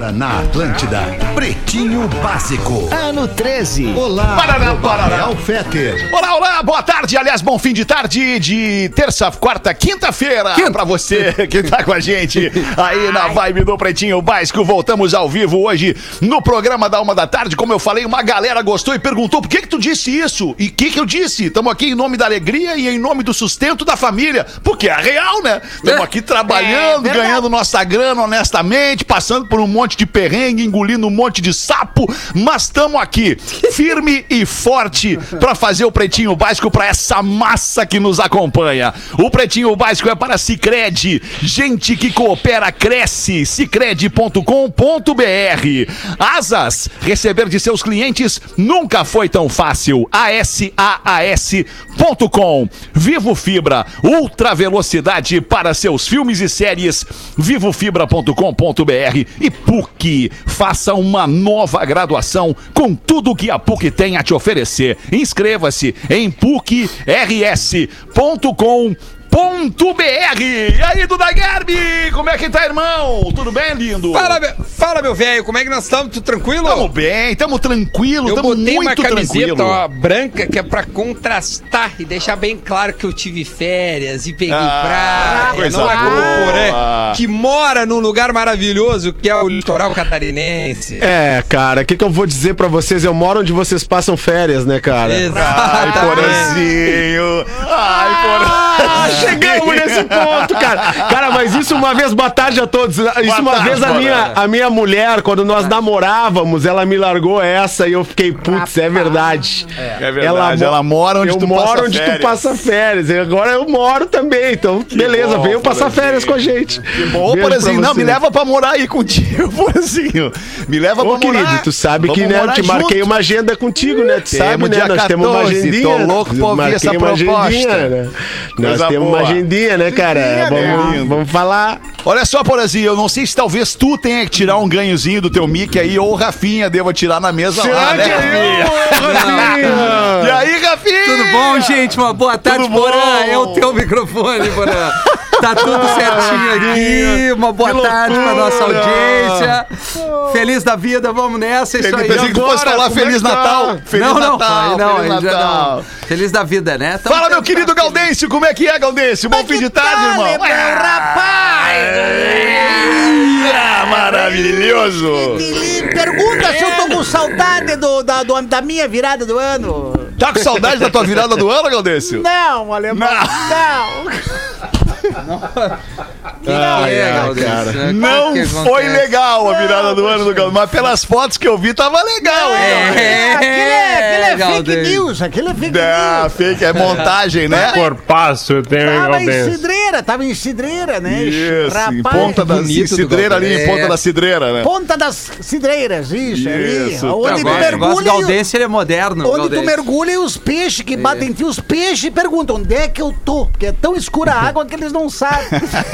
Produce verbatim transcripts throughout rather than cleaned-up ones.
Agora na Atlântida, Pretinho Básico. Ano treze. Olá, Paraná, Paraná. Rafael Fetter. Olá, olá, boa tarde, aliás, bom fim de tarde de terça, quarta, quinta-feira Quinta. Pra você que tá com a gente aí na vibe do Pretinho Básico. Voltamos ao vivo hoje no programa da uma da tarde. Como eu falei, uma galera gostou e perguntou por que que tu disse isso? E o que que eu disse? Estamos aqui em nome da alegria e em nome do sustento da família, porque é real, né? Estamos aqui trabalhando, é, ganhando nossa grana honestamente, passando por um monte de perrengue, engolindo um monte de sapo, mas estamos aqui, firme e forte, pra fazer o Pretinho Básico pra essa massa que nos acompanha. O Pretinho Básico é para Sicredi, gente que coopera cresce, sicredi ponto com ponto br. Asas, receber de seus clientes nunca foi tão fácil. A S A A S ponto com. Vivo Fibra, ultra velocidade para seus filmes e séries, vivo fibra ponto com ponto br. E P U C, faça uma nova graduação com tudo que a P U C tem a te oferecer. Inscreva-se em P U C R S ponto com ponto br. E aí, Duda Garbi, como é que tá, irmão? Tudo bem, lindo? Fala, meu, fala, meu velho, como é que nós estamos? Tudo tranquilo? Tamo bem, tamo tranquilo, eu tamo botei muito uma camiseta, tranquilo. ó, branca, que é pra contrastar e deixar bem claro que eu tive férias e peguei Ah, praia, coisa não é como boa. Porã, que mora num lugar maravilhoso que é o litoral catarinense. É, cara, o que, que eu vou dizer pra vocês? Eu moro onde vocês passam férias, né, cara? Ai, Porãzinho. Ai, Porã. Ah, chegamos nesse ponto, cara. Cara, mas isso uma vez, boa tarde a todos. Isso Boa uma tarde, vez a Porã. minha, a minha mulher, quando nós namorávamos, ela me largou essa e eu fiquei, putz, é verdade. É verdade, ela, mo- mora onde eu tu moro passa onde férias. tu passa férias. E agora eu moro também, então beleza, bom, venham passar Porãzinho. férias com a gente. Que bom, Beijo Porãzinho, pra não, você. me leva pra morar aí contigo, Porãzinho. Me leva Ô, pra morar. querido, tu sabe Vamos que, né, eu morar te marquei junto. uma agenda contigo, né? Tu Temos sabe, né? dia Nós temos uma quatorze, agendinha. tô louco pra ouvir Marquei essa uma proposta. agendinha, né? Nós Coisa temos boa. uma agendinha, né, cara? Agendinha, Vamos, né? vamos falar. Olha só, Porãzinho, eu não sei se talvez tu tenha que tirar um ganhozinho do teu mic aí, ou o Rafinha deva tirar na mesa lá, né, Rafinha? E aí, Rafinha? Tudo bom, gente? Uma boa tarde, Tudo bom? Porã. É o teu microfone, Porã. Tá tudo certinho aqui. Uma boa Que tarde pra loucura. nossa audiência. Feliz da vida, vamos nessa. Isso aí. Pensei que tu fosse agora, falar como é Feliz que tá? Natal. Feliz não, não, Natal, aí não, Feliz aí já Natal. não. Feliz da vida, né? Tamo Fala, meu tentando querido ficar feliz. Gaudêncio, como é que é, Gaudêncio? Bom fim de tarde, irmão. Rapaz! Ah, maravilhoso. Pergunta se eu tô com saudade do, da, do- da minha virada do ano. Tá com saudade da tua virada do ano, Gaudêncio? Não, alemão. Não. Não, é, ai, Gaudêncio, cara. né? Não O que foi acontece? legal a virada do ano do Gaudêncio, mas pelas fotos que eu vi, tava legal, hein? É, Aquele é, aquele é fake Gaudêncio. news. Aquele é fake É, news. fake, é montagem, né? Corpaço, eu tenho Tava em Gaudêncio. cidreira, tava em cidreira, né? Isso, em Rapaz, ponta da bonito do cidreira ali, em Gaudêncio. ponta da cidreira, né? Ponta das cidreiras, isso, ali. Isso, Onde tá tu bom. Eu gosto do mergulha. e- Gaudêncio, ele é moderno. Onde Gaudêncio. tu mergulha e os peixes que batem em ti, os peixes perguntam onde é que eu tô, porque é tão escura a água que eles não sabem.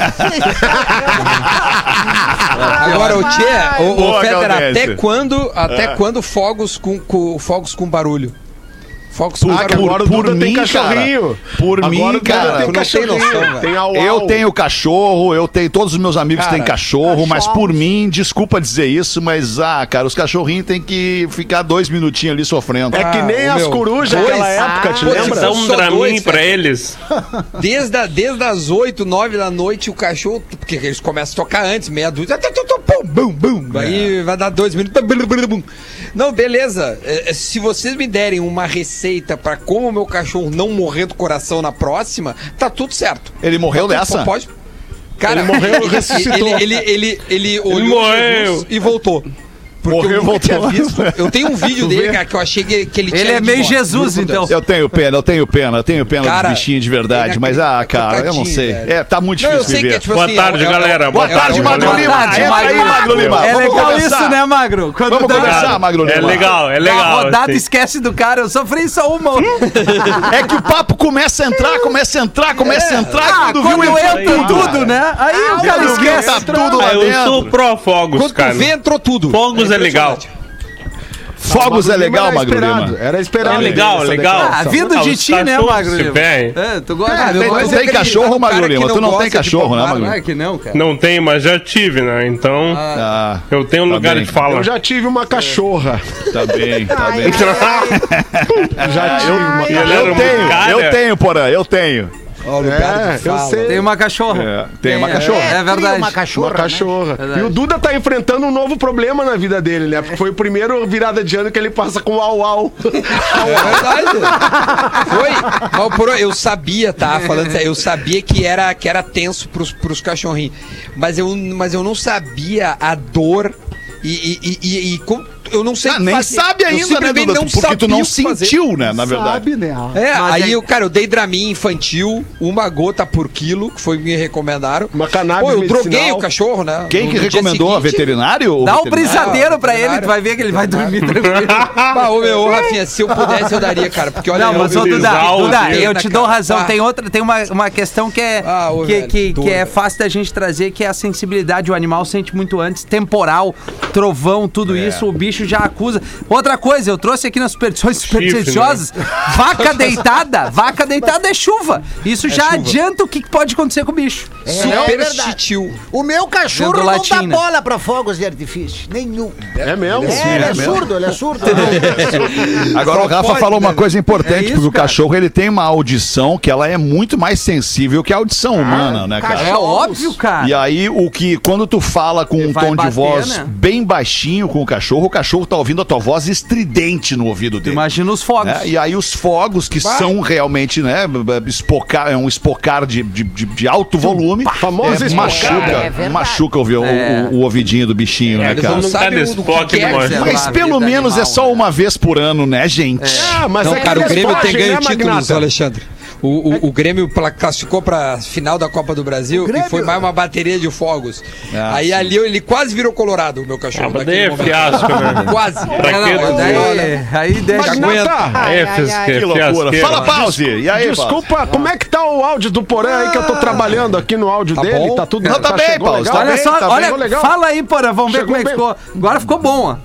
Agora, o Tchê, o, Boa, o Feder, Gaudêncio. até quando, até Ah. quando fogos com, com- fogos com barulho? Fogos com Ah, que barulho. agora o por Duda tem mim, cachorrinho. Por Agora mim, o Duda cara, tem tu não tem cachorrinho. noção, velho. Tem au, Eu au. tenho cachorro, eu tenho. Todos os meus amigos Cara, têm cachorro, mas cachorros. por mim, desculpa dizer isso, mas, ah, cara, os cachorrinhos têm que ficar dois minutinhos ali sofrendo. É que Ah, nem o as meu, corujas dois- naquela época, te Pô, lembra? Dá um Só dramin dois, pra velho. eles. Desde, a, desde as oito, nove da noite, o cachorro. Porque eles começam a tocar antes, meia dúzia. Bum, bum, bum. Aí vai dar dois minutos. Bum, bum, bum. Não, beleza. É, é, se vocês me derem uma receita pra como o meu cachorro não morrer do coração na próxima, tá tudo certo. Ele morreu Tá tudo- dessa? Pode. Cara, Ele morreu, ele, ressuscitou. ele, ele, ele, ele olhou morreu. Jesus e voltou. Porque Morreu, eu nunca tinha voltou. visto. Eu tenho um vídeo dele, cara, que eu achei que, que ele tinha. Ele é ido meio embora. Jesus, Juro por então. Deus. Eu tenho pena, eu tenho pena, eu tenho pena Cara, dos bichinhos de verdade, ele mas, ah, cara, eu não tadinho, sei. velho. É, tá muito Não, eu difícil sei que é viver. tipo Boa assim. tarde, é- é- galera. é- Boa é- tarde, é- Magro Boa Lima. tarde, Entra aí, Magro. Magro Lima. É Vamos legal conversar. isso, né, Magro? Quando Vamos dá- conversar, Magro É Lima. legal, é dá legal. a rodada, assim. esquece do cara. Eu sofri só uma. É que o papo começa a entrar, começa a entrar, começa a entrar. Ah, quando quando viu, entra entrou tudo, né? Aí o cara Quando viu, esquece. tá tudo lá Ah, eu dentro. sou pró-fogos, Quando tu cara. vê, entrou tudo. Fogos é legal. impressionante. Fogos é legal, Magro Lima? Era esperado. É legal, legal. Ah, vindo de ti, né, Magro Lima? É, É, tu gosta Ah, de tem- coisa- tu tem cachorro, Magro Lima? Tu não tem cachorro, né, Magro Claro Lima? que não, cara. não tem, mas já tive, né? Então, Ah, eu tenho um tá lugar bem. de fala. Eu já tive uma cachorra. tá bem, tá bem. Já tive uma E ele era Eu um tenho, cara. eu tenho, Porã, eu tenho. Ó, o lugar É, de eu fala. sei. Tem uma cachorra. É, tem uma cachorra. É, cria verdade. Uma cachorra. Uma cachorra. Verdade. E o Duda tá enfrentando um novo problema na vida dele, né? Porque foi o primeiro virada de ano que ele passa com au au. É verdade. Foi. Mas, por, eu sabia, tá? Falando sério, eu sabia que era, que era tenso pros, pros cachorrinhos. Mas eu, mas eu não sabia a dor e. e, e, e, e como- eu não sei Ah, o que nem fazer. sabe Eu ainda, né, simplesmente Duda? não Porque tu não sabia o que fazer. sentiu, né, na verdade. Sabe, né? É, Mas aí, aí- eu, cara, eu dei Dramin infantil, uma gota por quilo, que foi o que me recomendaram. Uma cannabis Pô, eu droguei medicinal. o cachorro, né? Quem No que dia recomendou? A seguinte- veterinário? ou Dá um veterinário? brisadeiro pra ele, veterinário. tu vai ver que ele vai dormir tranquilo. Ah, ô, meu, ô, Rafinha, se eu pudesse eu daria, cara, porque olha... Não, eu- mas eu- ô, Duda, Lisal, Duda, Deus, eu né, te dou cara? razão. Ah. Tem outra, tem uma, uma questão que é, Ah, ô, que, velho, que, dor. que é fácil da gente trazer, que é a sensibilidade. O animal sente muito antes, temporal, trovão, tudo isso, o bicho já acusa. Outra coisa, eu trouxe aqui nas superstições supersticiosas, vaca deitada, vaca deitada é chuva. Isso já chuva. adianta o que que pode acontecer com o bicho. É Super verdade. chitiu. O meu cachorro Vendo não latim, né? dá bola pra fogos de artifício. Nenhum. É mesmo? É, ele é mesmo. surdo, ele é surdo. Agora o Rafa pode, falou uma né? coisa importante, É isso, porque o cara. cachorro ele tem uma audição que ela é muito mais sensível que a audição humana, né, cara? É óbvio, cara. E aí, o que, quando tu fala com um vai tom de bater, voz né? bem baixinho com o cachorro, o cachorro tá ouvindo a tua voz estridente no ouvido dele. Imagina os fogos. Né? E aí os fogos que são realmente, né, espocar, é um espocar de, de, de, de alto volume, Famoso é, espocar. machuca, É verdade. machuca o, o, É. o, o ouvidinho do bichinho, né, eles cara? vão- Não sabe Cada o do Spock que quer, numa- sei lá, Mas a pelo vida menos animal, é só né? uma vez por ano, né, gente? Ah, mas Não, é cara, o aqueles Grêmio tem fogem, ganho né, títulos, Magnata? Alexandre. O, o, o Grêmio pla- classificou pra final da Copa do Brasil Grêmio- e foi mais uma bateria de fogos. Ah, aí sim. ali ele quase virou colorado, o meu cachorro. Ah, mas naquele daí é momento. fiasco, né? Quase. Pra Não, quê? não, Daí, olha, aí deixa. Magnata, Aí é ai, fias- ai, que Que loucura. fiasqueira. Fala, Pause. E aí, Pause? desculpa, como é que tá o áudio do Porã aí que eu tô trabalhando aqui no áudio Tá dele? bom? Tá tudo Não, tá bem, chegou Paulo, legal? tá Olha bem, só, tá olha, bem, legal. fala aí, porra, vamos ver Chegou como é que bem. ficou. Agora ficou bom, ó.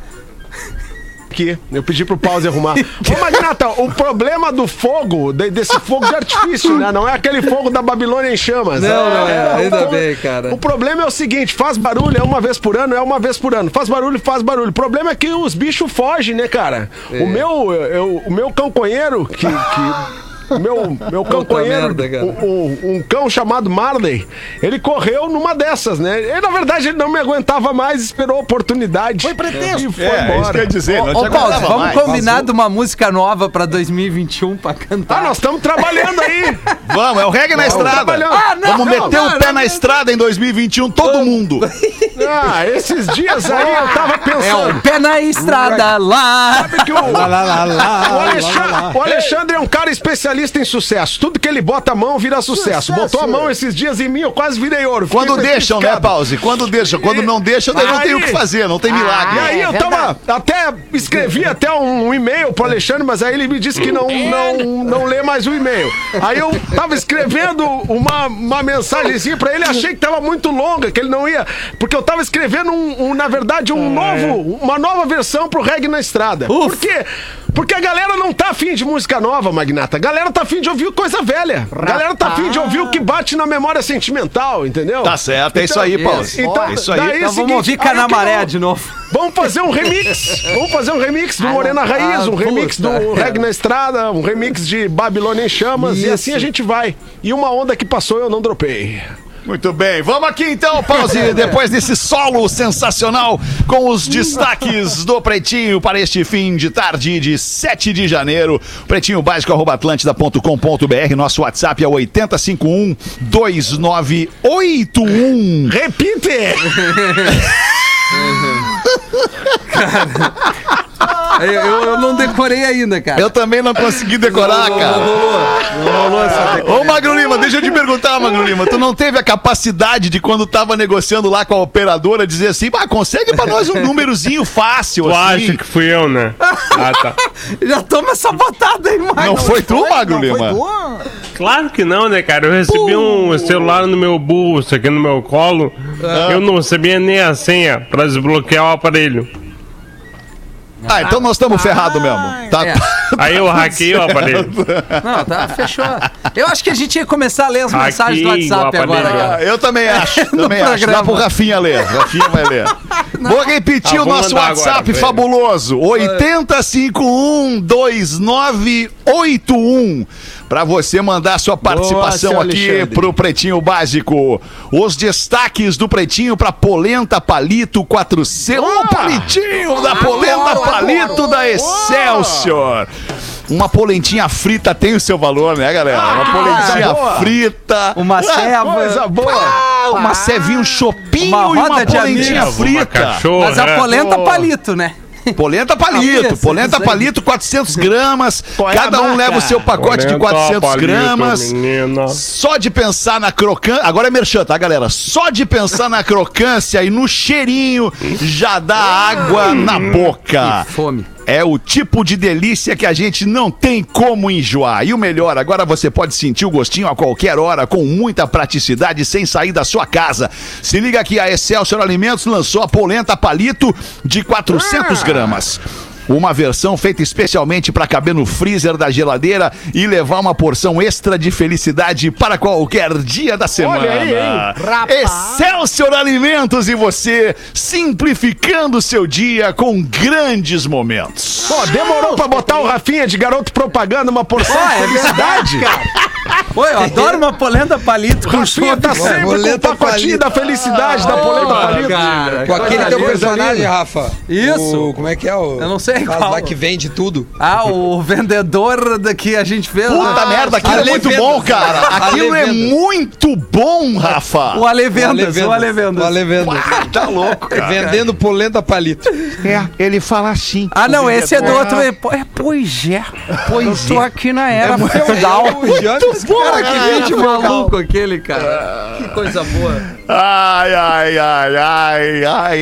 Aqui, eu pedi pro Pause arrumar. Ô, Magnata, o problema do fogo, de- desse fogo de artifício, né? Não é aquele fogo da Babilônia em chamas. Não, não é. o Ainda fogo- bem, cara. O problema é o seguinte, faz barulho, é uma vez por ano, é uma vez por ano. Faz barulho, faz barulho. O problema é que os bichos fogem, né, cara? É. O meu, eu, o meu cão conheiro, que... que... O meu, meu cão Puta conheiro, merda, cara. um, um- um cão chamado Marley, ele correu numa dessas, né? Ele, na verdade, ele não me aguentava mais, esperou a oportunidade. Foi pretexto. E foi É, isso embora. que eu ia dizer. Não Ô, te Paulo, aguentava vamos mais. combinar de uma música nova pra dois mil e vinte e um pra cantar. Ah, nós estamos trabalhando aí. Vamos, é o reggae na estrada. trabalhando. Ah, não, Vamos não, meter não, o não, pé não, na não. estrada em dois mil e vinte e um, todo mundo. Ah, esses dias aí eu tava É pensando. o pé na estrada lá. Sabe que o, o, Alexandre, o Alexandre é um cara especialista em sucesso. Tudo que ele bota a mão vira sucesso. Sucesso. Botou a mão esses dias em mim, eu quase virei ouro. Fiquei Quando deixam, né, petrificado. Pause? Quando deixam. Quando não deixam, daí não Aí- tem o que fazer, não tem E milagre. aí é eu verdade. tava, até escrevi até um e-mail pro Alexandre, mas aí ele me disse que não, não, não lê mais o e-mail. Aí eu tava escrevendo uma, uma mensagenzinha pra ele, achei que tava muito longa, que ele não ia, porque eu tava escrevendo um, um, na verdade, um novo, uma nova versão pro Reggae na Estrada. Por quê? Porque a galera não tá afim de música nova, Magnata. A galera tá afim de ouvir coisa velha. A galera tá afim de ouvir o que bate na memória sentimental, entendeu? Tá certo, é isso aí, Pause. Então, É isso aí. daí é o Então vamos seguinte, ouvir aí Canamaré que de novo. Vamos fazer um remix. Vamos fazer um remix do Morena Raiz, um ah, remix puta. do Reggae na Estrada, um remix de Babilônia em Chamas. E Isso. assim a gente vai. E uma onda que passou eu não dropei. Muito bem, vamos aqui então, Pause, depois desse solo sensacional com os destaques do Pretinho para este fim de tarde de sete de janeiro. Pretinho básico arroba atlântida ponto com ponto br, nosso WhatsApp é oito zero cinco um, dois nove oito um. Repite! Eu, eu- eu não decorei ainda, cara. Eu também não consegui decorar, não, cara. Não rolou. Não rolou essa decoração. Ô, Magro Lima, deixa eu te perguntar, Magro Lima. Tu não teve a capacidade de, quando tava negociando lá com a operadora, dizer assim, ah, consegue pra nós um númerozinho fácil, Tu assim? acha que fui eu, né? Ah, tá. Já toma essa botada aí, Magro. Não foi tu, Magro Não foi Lima? tu? Claro que não, né, cara? Eu recebi um celular no meu bolso, aqui no meu colo. Eu não sabia nem a senha pra desbloquear o aparelho. Ah, então nós estamos ferrados mesmo. Tá, É. Aí eu hackei o aparelho. Não, tá, fechou. Eu acho que a gente ia começar a ler as Aqui, mensagens do WhatsApp o agora, aparelho. cara. Ah, eu também acho. No Também acho. Dá programa. pro Rafinha ler. Rafinha vai ler. Vou repetir Ah, o vou nosso mandar WhatsApp agora pra ele. fabuloso. oito zero cinco um dois nove oito um. Pra você mandar sua participação seu aqui Alexandre. pro Pretinho Básico. Os destaques do Pretinho pra Polenta Palito quatrocentos. Ô, Palitinho da Polenta Palito da Excelsior. Uma polentinha frita tem o seu valor, né, galera? Uma polentinha boa. frita. Uma ceva. Coisa boa. Ah, uma cevinha, um chopinho Uma e uma roda de polentinha amigos. Uma frita. cachorra. Mas a polenta Boa. palito, né? Polenta palito, Isso, polenta isso aí. palito, quatrocentos gramas. Qual é a Cada um marca? leva o seu pacote de Polenta, quatrocentos palito, gramas. menina. Só de pensar na crocância. Agora é merchan, tá, galera? Só de pensar na crocância e no cheirinho já dá água na boca. Fome. É o tipo de delícia que a gente não tem como enjoar. E o melhor, agora você pode sentir o gostinho a qualquer hora, com muita praticidade, sem sair da sua casa. Se liga aqui, a Excelsior Alimentos lançou a polenta palito de quatrocentos gramas. Uma versão feita especialmente para caber no freezer da geladeira e levar uma porção extra de felicidade para qualquer dia da semana. Olha aí, hein? Excelsior Alimentos e você simplificando o seu dia com grandes momentos. Pô, demorou pra botar o Rafinha de garoto propaganda, uma porção Pô, de é felicidade. Pô, eu adoro uma polenta palito com Rafinha chope. tá sempre com o polenta pacotinho palito. da felicidade, da polenta Ah, palito. cara. Com aquele teu Coisa personagem, linda. Rafa. Isso. O- como é que é o... Eu não sei faz qual. lá que vende tudo. Ah, o vendedor da que a gente fez. Puta Ah, merda, aquilo é Ale muito Vendas. bom, cara. Aquilo é Ale Vendas. muito bom, Rafa. O Alevendas, o Alevendas. O Alevendas. Tá louco, cara. Vendendo polenta palito. É, ele fala assim. Ah, não, esse é do outro. É, po- é, pois é. Pois eu tô aqui na era feudal. O James, cara, que Vídeo maluco aquele, cara. Que coisa boa. Ai, ai, ai, ai, ai,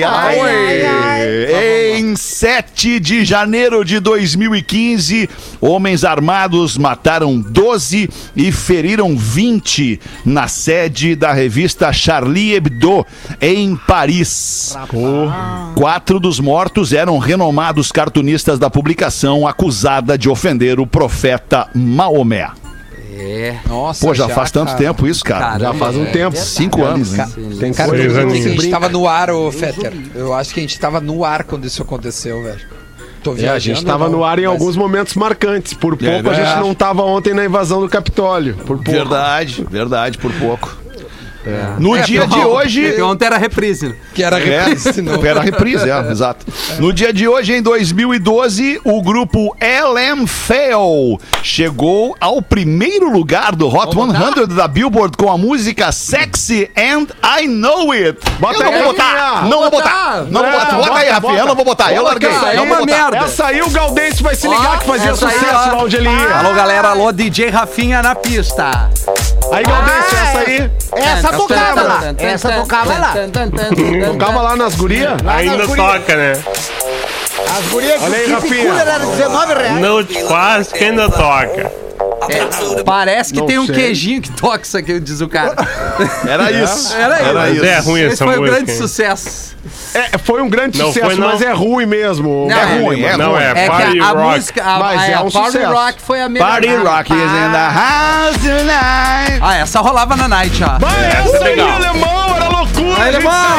ai. Em sete de janeiro de dois mil e quinze, homens armados mataram doze e feriram vinte na sede da revista Charlie Hebdo, em Paris. Quatro dos mortos eram renomados cartunistas da publicação, acusada de ofender o profeta Maomé. É. Nossa, Pô, já faz tanto cara. tempo isso, cara. Caramba, Já faz um é tempo, cinco anos, né? Tem Cara, coisa eu Seis não sei se a aninhos. gente tava no ar, ô Fetter. Eu acho que a gente tava no ar quando isso aconteceu, velho. Tô É, viajando. a gente tava ou não? no ar em Mas- alguns momentos marcantes. Por pouco a verdade. gente não tava ontem na invasão do Capitólio. Por pouco. Verdade, verdade, por pouco. No É, dia porque de hoje. porque ontem era reprise. né? Que era É, reprise, não. era reprise, é, exato. No dia de hoje, em dois mil e doze, o grupo L M Fail chegou ao primeiro lugar do Hot cem da Billboard com a música Sexy and I Know It. Bota eu não aí, vou botar, Rafinha. não vou botar, não vou botar. Bota aí, Rafinha, eu não vou botar, eu larguei. Essa aí é Não vou uma botar. merda. Essa aí o Gaudense vai se ligar Ó, que fazia essa aí, sucesso ó. lá onde ele ia. Alô, galera. Alô, D J Rafinha na pista. Aí, Gaudense, essa aí. Essa tocava lá. Essa tocava lá. Tocava lá nas gurias. Ainda toca, né? As gurias Olha aí, que o Keep Rafinha. Cooler era dezenove reais. Não te faz que ainda toca. Parece que Não tem um sei. queijinho que toca isso aqui, diz o cara. Era isso. Era isso. Era isso. É ruim Esse essa foi um música. grande hein? sucesso. É, foi um grande Não sucesso, foi, não. mas é ruim mesmo. Não, É ruim, é Não ruim. é, É Party que a, a Rock. música, a, Mas a, é um a Party sucesso. Rock foi a melhor. Party Rock is in the house tonight. Ah, essa rolava na night, ó. Vai, Essa essa é aí, legal. alemão, era loucura. Vai, a gente alemão.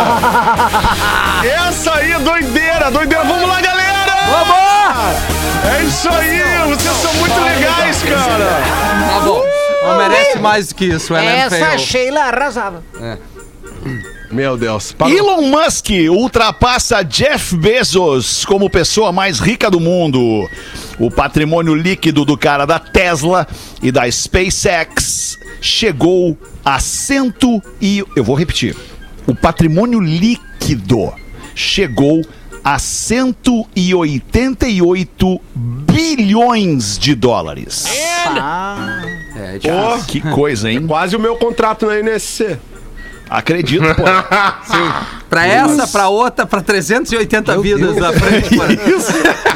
saía. Essa aí é doideira, doideira. Vamos lá, galera! Vamos! É isso aí, vocês são muito legais, cara. Tá bom. Não merece mais do que isso, ela é Essa feio. Sheila arrasava. Meu Deus. Parou. Elon Musk ultrapassa Jeff Bezos como pessoa mais rica do mundo. O patrimônio líquido do cara da Tesla e da SpaceX chegou a cento e... Eu vou repetir. O patrimônio líquido chegou a cento e oitenta e oito bilhões de dólares. É, Pô, que coisa, hein? Quase o meu contrato na N S C. Acredito, pô. Sim. Pra essa, pra outra, pra trezentas e oitenta Meu vidas Deus. na frente. Mano. Isso,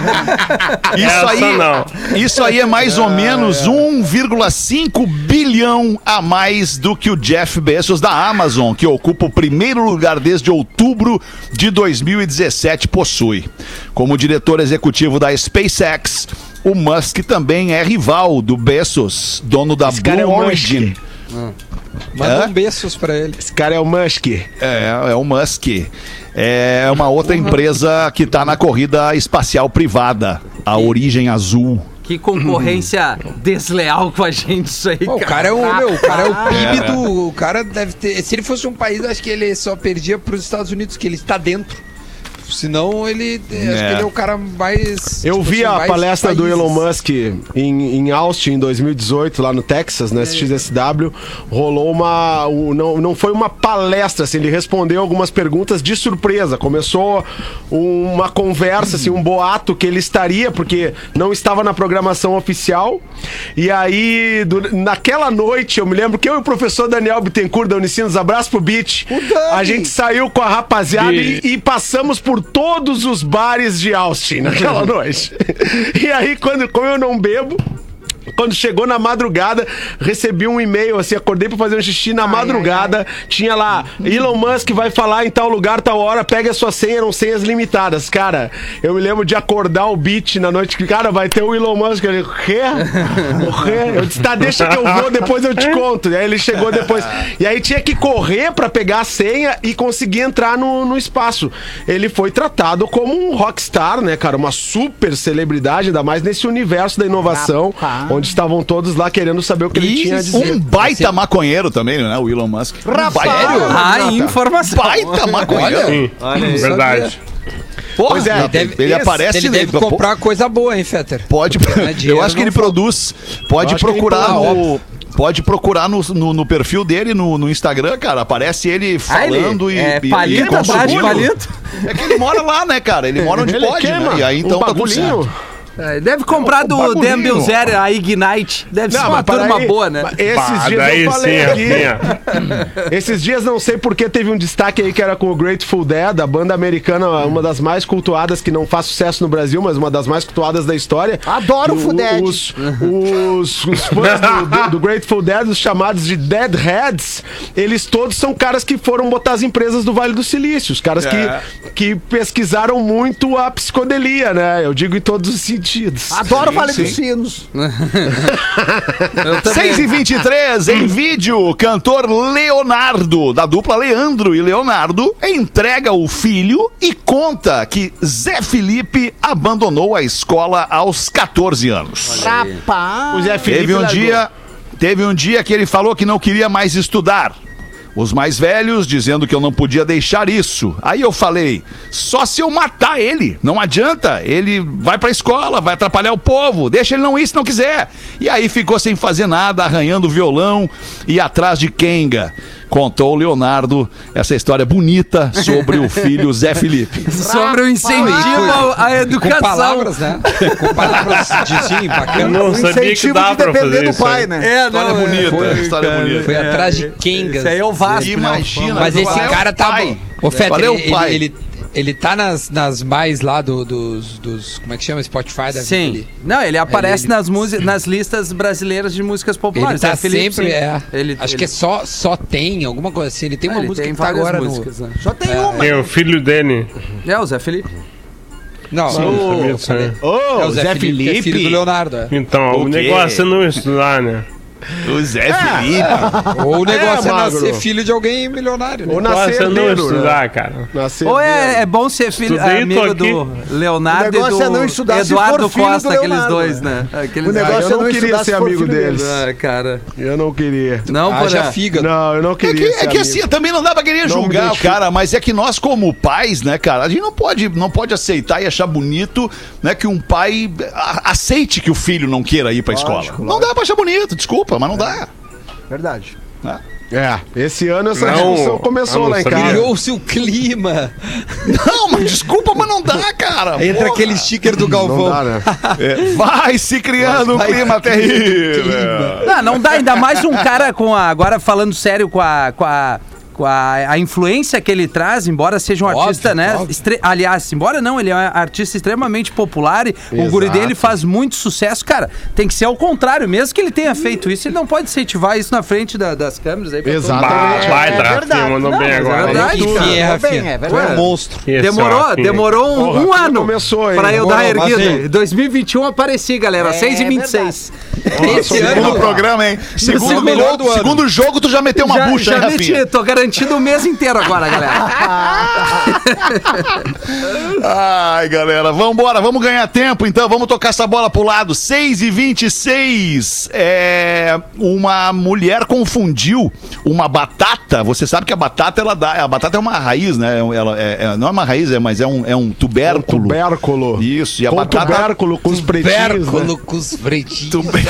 isso Essa aí, não. isso aí é mais ou menos um vírgula cinco bilhão a mais do que o Jeff Bezos da Amazon, que ocupa o primeiro lugar desde outubro de dois mil e dezessete, possui. Como diretor executivo da SpaceX, o Musk também é rival do Bezos, dono da Esse cara Blue é o Origin. Manda Hã? um beijos pra ele. Esse cara é o Musk. É, é o Musk. É uma outra empresa que está na corrida espacial privada, a Origem Azul. Que concorrência desleal com a gente isso aí, Pô, o cara. cara é o, meu, o cara é o P I B do... O cara deve ter... Se ele fosse um país, acho que ele só perdia pros Estados Unidos, que ele está dentro. Senão ele... Acho É. que ele é o cara mais... Eu tipo vi assim, a mais palestra do países. Elon Musk em, em Austin em dois mil e dezoito, lá no Texas, na X S W. Rolou uma. um- não, não foi uma palestra, assim, ele respondeu algumas perguntas de surpresa. Começou uma conversa, assim, um boato que ele estaria, porque não estava na programação oficial. E aí, du- naquela noite, eu me lembro que eu e o professor Daniel Bittencourt da Unicinos, abraço pro Beat, a gente saiu com a rapaziada e, e passamos por todos os bares de Austin naquela noite. E aí, quando, como eu não bebo, quando chegou na madrugada, recebi um e-mail, assim, acordei pra fazer um xixi na madrugada, tinha lá, Elon Musk vai falar em tal lugar, tal hora, pega a sua senha, eram senhas limitadas. Cara, eu me lembro de acordar o Beat na noite, que, cara, vai ter o Elon Musk. Eu falei, o quê? O quê? Eu disse, tá, deixa que eu vou, depois eu te conto. E aí ele chegou depois. E aí tinha que correr pra pegar a senha e conseguir entrar no, no espaço. Ele foi tratado como um rockstar, né, cara? Uma super celebridade, ainda mais nesse universo da inovação, onde estavam todos lá querendo saber o que ele tinha a dizer. Um baita maconheiro também, né? O Elon Musk. Um baita, Ah, informação. baita maconheiro. Sim, verdade. Porra, Pois é, ele, Deve- ele esse- aparece... Ele deve pô, comprar coisa boa, hein, Fetter? Pode, Não é dinheiro, eu acho que não ele falta. produz. Pode Eu acho que ele procurar produz. no. Pode procurar no, no, no perfil dele no, no Instagram, cara. Aparece ele Ah, ele falando e. é e- palito, e atrás de consumindo. palito. É que ele mora lá, né, cara? Ele mora onde Ele pode, queima né? E aí então um tá tudo bagulhinho. certo. É, deve comprar Um do bagulhinho. Dan Bilzerian, a Ignite. Deve ser uma para turma aí, boa, né? mas Esses Bah, dias daí eu falei sim, aqui. Rafinha. Esses dias não sei porque teve um destaque aí que era com o Grateful Dead, a banda americana, uma das mais cultuadas, que não faz sucesso no Brasil, mas uma das mais cultuadas da história. Adoro o Full Dead. Os, os, os fãs do, do- do Grateful Dead, os chamados de Deadheads, eles todos são caras que foram botar as empresas do Vale do Silício, os caras É. que, que pesquisaram muito a psicodelia, né? Eu digo em todos os sentidos. Adoro Vale sim. dos Sinos. Eu também. seis e vinte e três, em vídeo, cantor Leonardo, da dupla Leandro e Leonardo, entrega o filho e conta que Zé Felipe abandonou a escola aos catorze anos. Rapaz. O Zé Felipe Teve um largou. dia, teve um dia que ele falou que não queria mais estudar. Os mais velhos dizendo que eu não podia deixar isso. Aí eu falei, só se eu matar ele. Não adianta. Ele vai pra escola, vai atrapalhar o povo. Deixa ele não ir se não quiser. E aí ficou sem fazer nada, arranhando o violão e atrás de Kenga. Contou o Leonardo essa história bonita sobre o filho Zé Felipe. Sobre o incentivo à Com educação. palavras, né? Com palavras de sim, Eu bacana. não O sabia que incentivo dava de pra depender fazer do isso. pai, aí. né? É, História não, é, bonita, foi, história cara, bonita. Foi atrás de Kengas. Isso aí é o Vasco, Imagina. né? Mas esse Qual é o cara tá pai? bom. Ô, Fetter, Qual é o ele, pai? ele, ele, ele tá nas, nas mais lá do, dos, dos. Como é que chama? Spotify da Sim. vida ali. Não, ele aparece Ele- nas, músicas, nas listas brasileiras de músicas Ele populares. tá Zé Felipe, sempre. sim. É, Ele, acho ele- que é só, só tem, alguma coisa assim. Ele tem uma ele música tem que tá várias agora músicas, no. né? Só tem uma. Quem é o filho dele? É, o Zé Felipe. Não, Sim, o- sabia disso aí. Ô, é o Zé, Felipe, que é filho do Leonardo. É. Então, O o quê? negócio é não estudar, né? O Zé Felipe. Ou o negócio é, É, magro. nascer filho de alguém milionário. Né? Ou O negócio nascer é não herdeiro, estudar, né? cara. Nascer Ou é, herdeiro. é bom ser filho, Estudei, tô amigo aqui. do Leonardo O e do negócio é não estudar se Eduardo for filho do Costa, aqueles Leonardo, dois, né? né? Aqueles O negócio eu é não não queria estudar ser se for amigo filho deles. Ah, cara. Eu não queria. Não, por Haja fígado. Não, eu não É queria que, ser é que amigo. assim, também não dá pra querer Não julgar me o deixa- cara, mas é que nós, como pais, né, cara, a gente não pode, não pode aceitar e achar bonito, né, que um pai a- aceite que o filho não queira ir pra escola. Não dá pra achar bonito, desculpa, mas não dá. Verdade. né? É, esse ano essa Não, discussão começou eu não lá em sabia. casa. Criou-se o clima. Não, mas desculpa, mas não dá, cara. Entra Porra. aquele sticker do Não Galvão. dá, né? É, vai se criando um Vai- clima terrível. Não, não dá, ainda mais um cara com a. Agora falando sério, com a. Com a A, a influência que ele traz, embora seja um Óbvio, artista, né? óbvio. estre- aliás, embora não, ele é um artista extremamente popular. E o Exato. guri dele faz muito sucesso. Cara, tem que ser ao contrário. Mesmo que ele tenha feito isso, ele não pode incentivar isso na frente da- das câmeras aí. pra todo mundo. Exatamente. Vai, É Rafinha, verdade. mandou Não, bem mas é agora. verdade, Enfim, cara. é, Tudo Rafinha. bem, é Tu é verdade. um monstro. Esse Demorou, Rafinha. demorou um, Porra, um Rafinha ano começou, hein? pra eu Demorou, dar erguida. mas, Em hein? dois mil e vinte e um apareci, galera, É seis e vinte e seis. Esse Segundo ano, programa, hein? Segundo, segundo melhor gol- do ano. segundo jogo, tu já meteu uma já, bucha, já hein, Rafinha? meti, tô garantido o mês inteiro agora, galera. Ai, galera, vambora, vamos ganhar tempo, então, vamos tocar essa bola pro lado. seis e vinte e seis. É, uma mulher confundiu uma batata. Você sabe que a batata, ela dá. A batata é uma raiz, né? Ela é, é- não é uma raiz, é, mas é um, é um tubérculo. Tubérculo. Isso, e a Com batata. tubérculo, com os pretinhos, né? Pérculo com os fretinhos.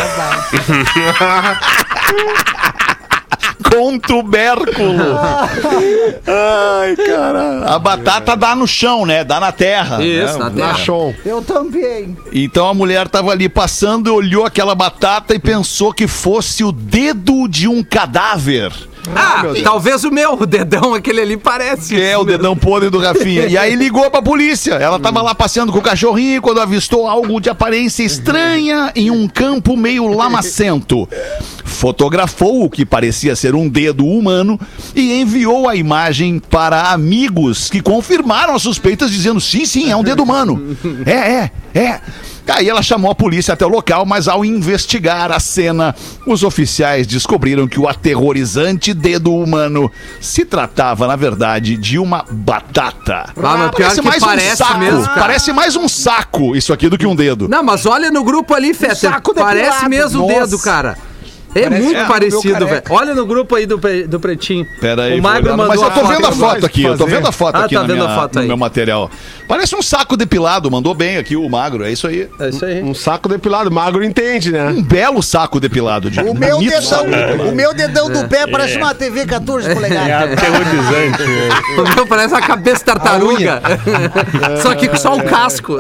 Com tubérculo. Ai, cara. A batata dá no chão, né? Dá na terra. Isso, né? na terra. Machon. Eu também. Então a mulher tava ali passando, olhou aquela batata e pensou que fosse o dedo de um cadáver. Ah, talvez o meu, o dedão, aquele ali parece. É, o dedão podre do Rafinha. E aí ligou pra polícia. Ela tava lá passeando com o cachorrinho quando avistou algo de aparência estranha em um campo meio lamacento. Fotografou o que parecia ser um dedo humano e enviou a imagem para amigos que confirmaram as suspeitas, dizendo: sim, sim, é um dedo humano. É, é, é. Aí ela chamou a polícia até o local, mas ao investigar a cena, os oficiais descobriram que o aterrorizante dedo humano se tratava, na verdade, de uma batata. Ah, mas pior que mais parece um saco. mesmo, cara. Parece mais um saco isso aqui do que um dedo. Não, mas olha no grupo ali, Fetter. saco depilado. Parece mesmo o Nossa. dedo, cara. É Parece muito é, parecido, meu velho. careca. Olha no grupo aí do, pre- do Pretinho. Pera aí, o Magro vou olhar. mandou Mas eu tô vendo a foto. foto aqui, eu tô vendo a foto Ah, aqui tá na vendo minha- a foto no aí. meu material. Parece um saco depilado, mandou bem aqui o Magro, é isso aí. É isso aí. Um saco depilado. Magro entende, né? Um belo saco depilado. De, O meu, bonito dedão, saco depilado. o meu dedão do pé parece uma T V catorze É polegadas. aterrorizante, né? O meu parece uma cabeça de tartaruga. Só que com só o casco.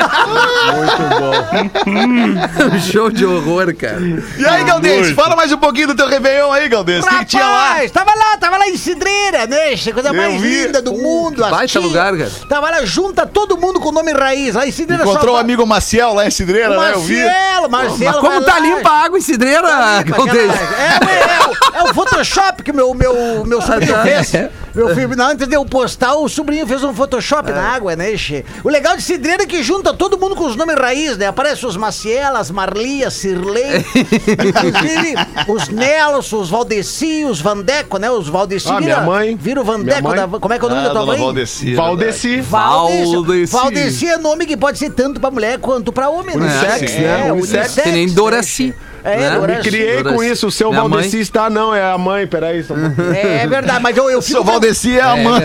Muito bom. Show de horror, cara. E aí, Galdês, Muito. fala mais um pouquinho do teu Réveillon aí, Galdês. O que, que tinha lá? Rapaz, tava lá, tava lá em Cidreira, né? Essa coisa Eu mais vi. linda do mundo. as baita tia. lugar, cara. Tava lá, junta todo mundo com o nome raiz. Lá em Cidreira Encontrou o só- amigo Maciel lá em Cidreira, o né? Eu vi. Marcelo, Marcelo. Mas como vai tá lá. limpa a água em Cidreira, Tá limpa, Galdês? aquela- É, é, é, o, é o Photoshop que o meu, meu, meu sobrinho tá. fez. Meu filho, não, antes de eu postar, o sobrinho fez um Photoshop na água, né, che? O legal de Cidreira é que junta todo mundo com os nomes raiz, né? Aparece os Maciel, as Marli, as Cirlei, inclusive os Nelson, os Valdeci, os Vandeco, né? Os Valdeci. Ah, minha mãe. Vira o Minha Vandeco mãe. da... Como é que é o nome Ah, da tua dona mãe? Valdeci. Valdeci. Valdeci. Valdeci. Valdeci é nome que pode ser tanto pra mulher quanto pra homem, né? Unissex, É, né? é, Unissex. Que nem né, Doraci. che? É, né? Doraci. Me criei com isso. O seu Minha mãe. Valdeci está, não, é a mãe. Peraí, só um pouquinho. É verdade, mas eu, eu Seu fico... Valdeci é a mãe.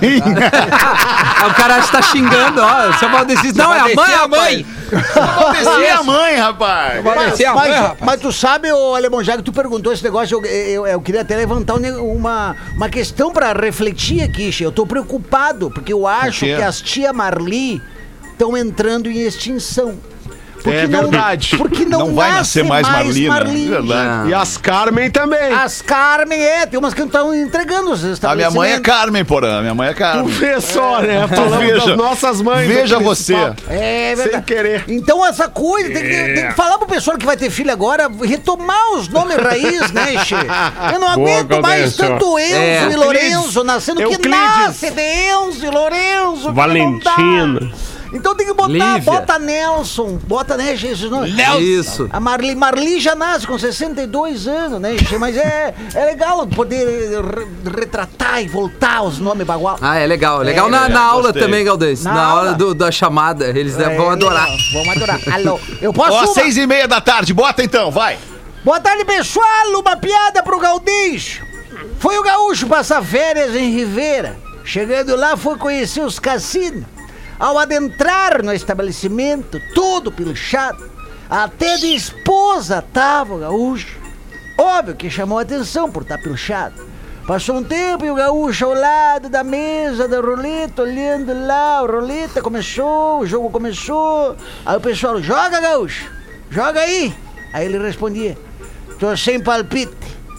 Aí o cara está xingando, ó. Seu Valdeci. Não, é a mãe, Valdeci é a rapaz. mãe. Valdeci é a mãe, rapaz. Vai ser a mas, mãe, rapaz. mas tu sabe, ô Alemão, já que tu perguntou esse negócio, eu, eu, eu queria até levantar um ne- uma, uma questão pra refletir aqui, che. Eu tô preocupado, porque eu acho quê? que as tia Marli estão entrando em extinção. Porque É verdade. Porque não, Não vai nasce nascer mais Marli, né? Verdade. E as Carmen também. As Carmen, é, tem umas que não estão entregando os A minha estabelecimentos. mãe é Carmen, porã. Minha mãe é Tu Carmen. vê só, né? Falando Veja. das nossas mães. Veja aqui nesse você. papo. É verdade. Sem querer. Então essa coisa, tem que, tem que falar pro pessoal que vai ter filho agora, retomar os nomes raiz, né, che? Eu não Boa, aguento mais Gaudêncio. tanto Enzo É. e Lorenzo nascendo, que Euclides. nasce de Enzo e Lorenzo. que não Valentina. dá. Então tem que botar, Lívia. bota Nelson, bota, né, che, esses nomes. Isso. A Marli, Marli já nasce com sessenta e dois anos, né, che? Mas é, é legal poder re- retratar e voltar os nomes bagual. Ah, é legal. Legal na, na aula gostei. também, Galdês. Na, Na hora aula? do- da chamada. Eles É, vão adorar. Vamos adorar. Alô, eu posso... Ó, uma? seis e meia da tarde. Bota então, vai. Boa tarde, pessoal! Uma piada pro Galdês. Foi o gaúcho passar férias em Ribeira. Chegando lá, foi conhecer os cassinos. Ao adentrar no estabelecimento, todo pilchado, até de esposa tava o gaúcho. Óbvio que chamou a atenção por estar pilchado. Passou um tempo e o gaúcho ao lado da mesa da roleta, olhando lá, a roleta começou, o jogo começou. Aí o pessoal, joga, gaúcho, joga aí. Aí ele respondia, tô sem palpite.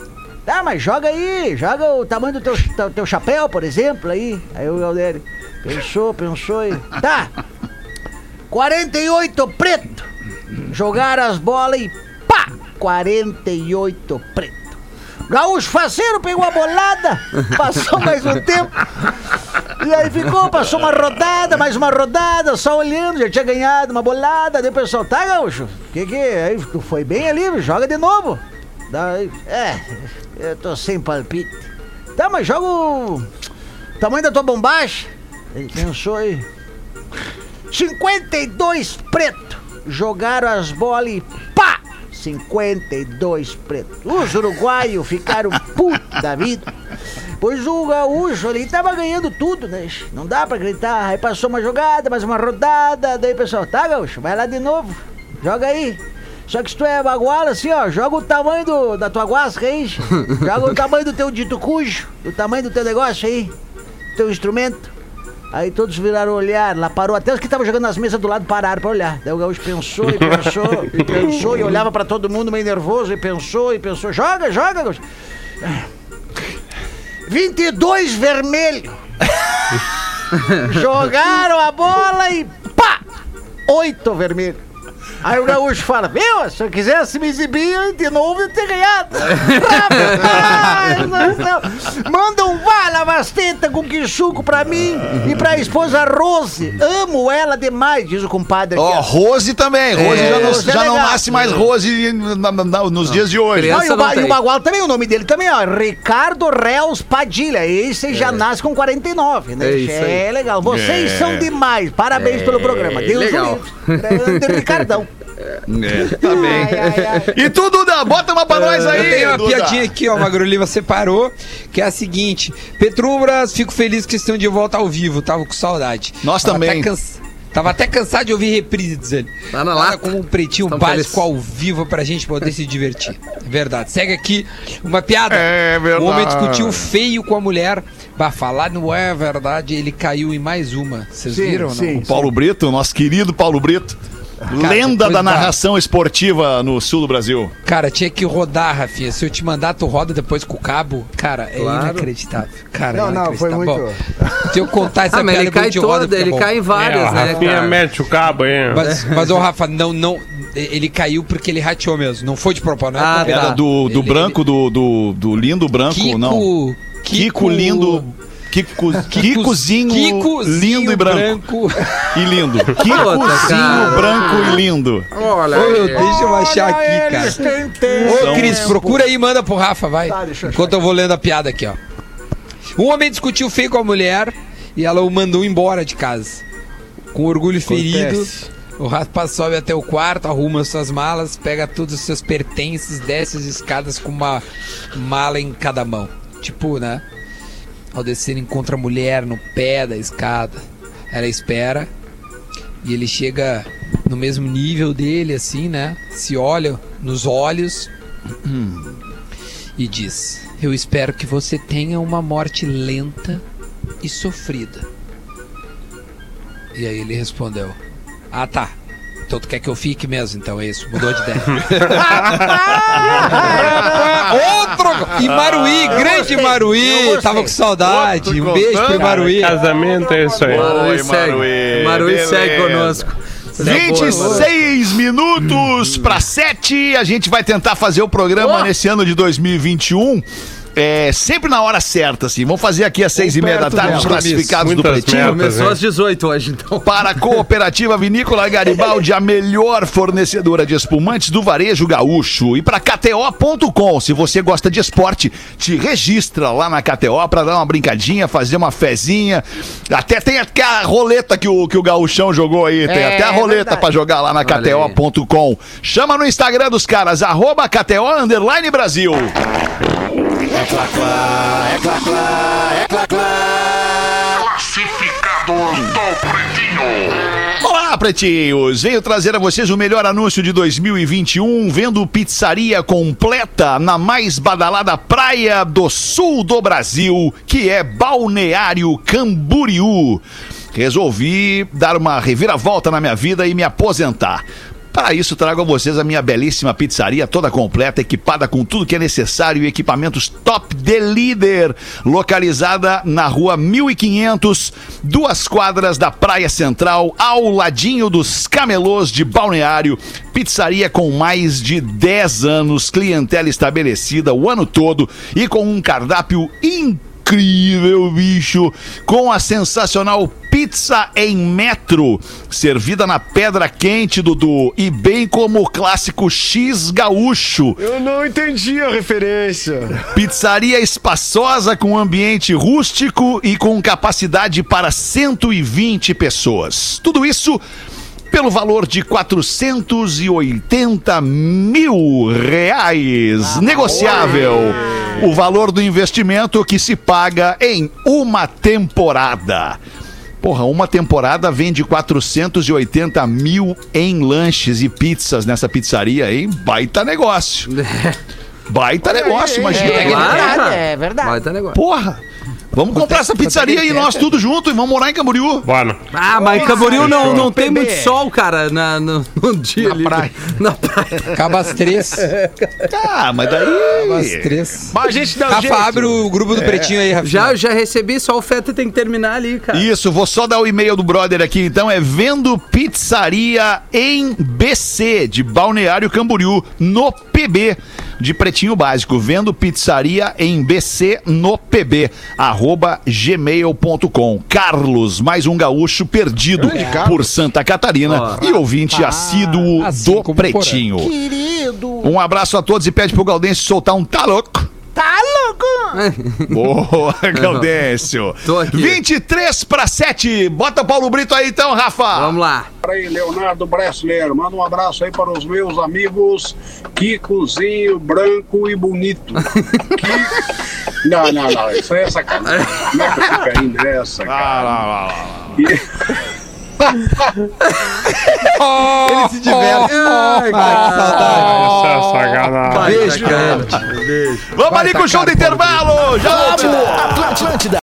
Tá, mas joga aí, joga o tamanho do teu, teu, teu chapéu, por exemplo, aí. Aí o Galdério pensou, pensou e... Tá, quarenta e oito preto. Jogaram as bolas e pá, quarenta e oito preto. Gaúcho faceiro pegou a bolada, passou mais um tempo. E aí ficou, passou uma rodada, mais uma rodada, só olhando, já tinha ganhado uma bolada. Daí o pessoal, tá, Gaúcho? Que que é? Aí tu foi bem ali, joga de novo. Daí, é, eu tô sem palpite. Tá, mas joga o tamanho da tua bombacha. Ele pensou aí. cinquenta e dois preto. Jogaram as bolas e pá! cinquenta e dois pretos. Os uruguaios ficaram putos da vida. Pois o gaúcho ali tava ganhando tudo, né? Não dá pra gritar. Aí passou uma jogada, mais uma rodada. Daí o pessoal, tá, gaúcho, vai lá de novo. Joga aí. Só que se tu é baguala, assim, ó, joga o tamanho do, da tua guasca aí. Joga o tamanho do teu dito cujo, o tamanho do teu negócio aí, teu instrumento. Aí todos viraram olhar, lá parou, até os que estavam jogando nas mesas do lado pararam pra olhar. Daí o gaúcho pensou e pensou e pensou e olhava pra todo mundo meio nervoso e pensou e pensou. Joga, joga, gaúcho. vinte e dois vermelho. Jogaram a bola e pá! oito vermelho. Aí o gaúcho fala, viu, se eu quisesse me exibir de novo, eu teria ganhado. Rapaz, manda um vale basteta com quichuco pra mim e pra esposa Rose. Amo ela demais, diz o compadre. Ó, oh, Rose também. Rose é, já, não, Rose já é não legal. nasce mais Rose na, na, na, nos dias de hoje. Não, e, o, não e o Bagual também, o nome dele também, ó, Ricardo Reus Padilha. Esse é. já nasce com quarenta e nove, né? É, isso aí. É legal. Vocês É. são demais. Parabéns É, pelo programa. Deus legal. o livre. De Ricardão. É, tá bem. E tu, Duda, bota uma pra nós aí. Eu tenho uma Duda. piadinha aqui, ó, Magro Lima separou, que é a seguinte: Petrobras, fico feliz que estão de volta ao vivo, tava com saudade. Nós Tava também. Até cansa... Tava até cansado de ouvir reprise, diz ele. Tá na Nada lata. como um pretinho Tão básico feliz. ao vivo pra gente poder se divertir. É verdade. Segue aqui uma piada. É verdade. O homem discutiu feio com a mulher. Bah, falar não é verdade, ele caiu em mais uma. Vocês Sim, viram ou não? sim. O Paulo Brito, nosso querido Paulo Brito. Cara, Lenda depois da da- narração esportiva no sul do Brasil. Cara, tinha que rodar, Rafinha. Se eu te mandar, tu roda depois com o cabo. Cara, é Claro. inacreditável. Cara, Não, é não, foi inacreditável. muito- Bom, se eu contar essa Ah, mas piada, ele cai depois te roda, todo, porque é ele bom. cai em É, várias, o né, Rafinha cara? mete o cabo aí. Mas, mas ô Rafa, não, não, ele caiu porque ele rateou mesmo. Não foi de propósito, não é Ah, combinado. Era do, do Ele- branco, do, do, do lindo branco, Kiko, não. Kiko, Kiko lindo. Kiko, Kikozinho Kikozinho lindo e branco. branco. E lindo. Kikozinho cara. branco e lindo. Olha, Ô, meu, deixa eu achar aqui, Eles cara. têm tempo. Ô, Cris, procura aí e manda pro Rafa, vai. Tá, deixa eu achar. Enquanto eu vou lendo a piada aqui, ó. Um homem discutiu feio com a mulher e ela o mandou embora de casa. Com orgulho ferido, o Rafa sobe até o quarto, arruma suas malas, pega todos os seus pertences, desce as escadas com uma mala em cada mão. Tipo, né? Ao descer, encontra a mulher no pé da escada. Ela espera e ele chega no mesmo nível dele, assim, né? Se olha nos olhos e diz: eu espero que você tenha uma morte lenta e sofrida. E aí ele respondeu: ah, tá. Então tu quer que eu fique mesmo, então é isso, mudou de ideia. Outro! E Maruí, grande gostei, eu Maruí, gostei. tava com saudade. Outro Um beijo pro contando. Maruí. Casamento é isso aí. Maruí Oi, segue. Maruí, Maruí beleza. segue conosco. vinte e seis minutos para sete. A gente vai tentar fazer o programa nesse ano de dois mil e vinte e um. É, sempre na hora certa, assim. Vamos fazer aqui às seis e meia da perto tarde dela. os classificados do Muitas Pretinho. metas. Começou às dezoito hoje, então. Para a Cooperativa Vinícola Garibaldi, a melhor fornecedora de espumantes do varejo gaúcho. E para K T O ponto com, se você gosta de esporte, te registra lá na K T O para dar uma brincadinha, fazer uma fezinha. Até tem até a roleta que o, que o Gaúchão jogou aí. Tem É, até a roleta verdade. para jogar lá na Olha K T O ponto com. Chama no Instagram dos caras, arroba K T O underline Brasil. Olá, pretinhos! Venho trazer a vocês o melhor anúncio de dois mil e vinte e um, vendo pizzaria completa na mais badalada praia do sul do Brasil, que é Balneário Camboriú. Resolvi dar uma reviravolta na minha vida e me aposentar. Para isso, trago a vocês a minha belíssima pizzaria, toda completa, equipada com tudo que é necessário e equipamentos top de líder. Localizada na rua mil e quinhentos, duas quadras da Praia Central, ao ladinho dos camelôs de Balneário. Pizzaria com mais de dez anos, clientela estabelecida o ano todo e com um cardápio incrível, bicho, com a sensacional pizza em metro, servida na pedra quente, Dudu, e bem como o clássico X gaúcho. Eu não entendi a referência. Pizzaria espaçosa com ambiente rústico e com capacidade para cento e vinte pessoas. Tudo isso pelo valor de quatrocentos e oitenta mil reais. Negociável. O valor do investimento que se paga em uma temporada. Porra, uma temporada vende quatrocentos e oitenta mil em lanches e pizzas nessa pizzaria, hein? Baita negócio. Baita negócio, imagina. É, é verdade, é verdade. Baita negócio. Porra. Vamos comprar essa pizzaria aí, nós tudo junto, e vamos morar em Camboriú. Bora. Ah, mas em Camboriú não, não tem Bebê. muito sol, cara, na, no, no dia Na ali. praia. Na praia. Acaba às três. Ah, mas daí... Acaba às três. Mas a gente dá um Rafa, jeito. abre o grupo do Pretinho aí, Rafa. Já, já recebi, só o Feta tem que terminar ali, cara. Isso, vou só dar o e-mail do brother aqui, então, é Vendo Pizzaria em B C, de Balneário Camboriú, no P B, de Pretinho Básico. Vendo Pizzaria em B C, no P B, arroba gmail ponto com. Carlos, mais um gaúcho perdido por Santa Catarina e ouvinte assíduo assim do como Pretinho. Querido. Um abraço a todos e pede pro Gaudêncio soltar um tá louco. Tá louco? Boa, Gaudêncio. Tô aqui. vinte e três para sete. Bota Paulo Brito aí então, Rafa. Vamos lá. Aí, Leonardo Bressler, manda um abraço aí para os meus amigos Kikozinho, Branco e Bonito. Que... Não, não, não, isso aí é sacanagem. Como é que fica aí nessa, cara? Lá, lá, lá, lá. E- Ele se diverte. Ai, cara, que saudade. Isso é sacanagem. Beijo, cara. Vamos ali com o show do intervalo. Já voltamos. Atlântida.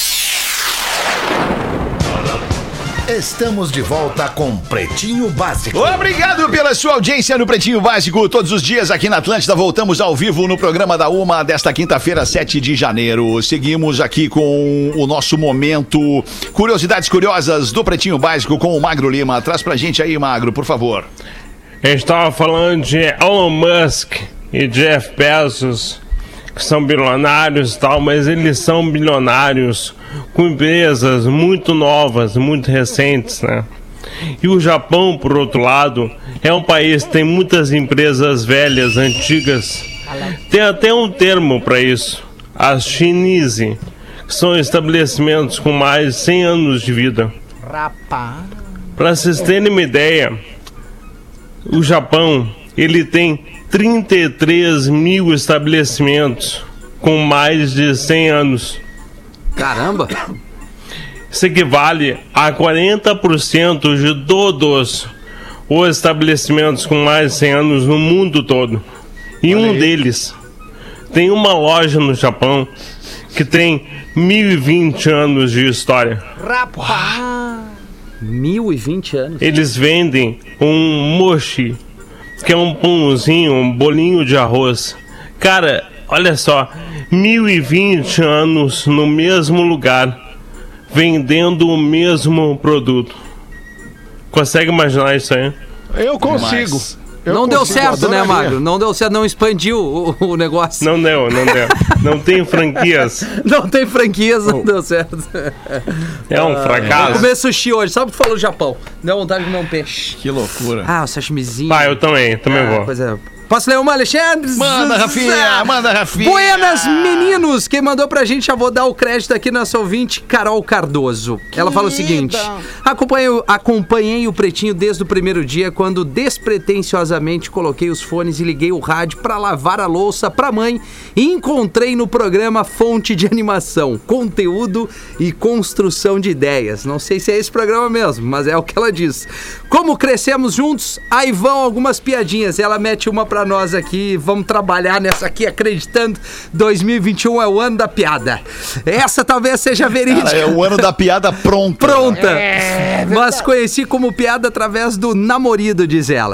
Estamos de volta com Pretinho Básico. Obrigado pela sua audiência no Pretinho Básico. Todos os dias aqui na Atlântida voltamos ao vivo no programa da Uma desta quinta-feira, sete de janeiro. Seguimos aqui com o nosso momento Curiosidades Curiosas do Pretinho Básico com o Magro Lima. Traz pra gente aí, Magro, por favor. A gente tava falando de Elon Musk e Jeff Bezos, que são bilionários e tal, mas eles são bilionários com empresas muito novas, muito recentes, né? E o Japão, por outro lado, é um país que tem muitas empresas velhas, antigas. Tem até um termo para isso, as Chinese, que são estabelecimentos com mais de cem anos de vida. Rapaz. Para vocês terem uma ideia, o Japão, ele tem trinta e três mil estabelecimentos com mais de cem anos. Caramba. Isso equivale a quarenta por cento de todos os estabelecimentos com mais de cem anos no mundo todo. E um deles tem uma loja no Japão que tem mil e vinte anos de história. Rapaz. mil e vinte anos. Eles vendem um mochi, que é um pãozinho, um bolinho de arroz. Cara, olha só, mil e vinte anos no mesmo lugar, vendendo o mesmo produto. Consegue imaginar isso aí? Eu consigo. Mas- Eu Não deu consigo, certo, né, adoraria. Magro? Não deu certo, não expandiu o, o negócio. Não deu, não deu. Não tem franquias. Não tem franquias, não deu certo. É um Vou fracasso. comer sushi hoje, só porque tu falou Japão. Deu vontade de comer um peixe. Que loucura. Ah, o sashimizinho. Ah, eu também, também Ah, vou. coisa... Posso ler uma, Alexandre? Manda, Rafinha, manda, Rafinha. Buenas, meninos! Quem mandou pra gente, já vou dar o crédito aqui, nossa ouvinte, Carol Cardoso. Ela fala o seguinte: acompanhei, acompanhei o Pretinho desde o primeiro dia, quando despretensiosamente coloquei os fones e liguei o rádio pra lavar a louça pra mãe e encontrei no programa fonte de animação, conteúdo e construção de ideias. Não sei se é esse programa mesmo, mas é o que ela diz. Como crescemos juntos, aí vão algumas piadinhas. Ela mete uma pra nós aqui, vamos trabalhar nessa aqui, acreditando dois mil e vinte e um é o ano da piada. Essa talvez seja verídica. Cara, é o ano da piada pronta. Pronta. Mas conheci como piada através do namorado, diz ela.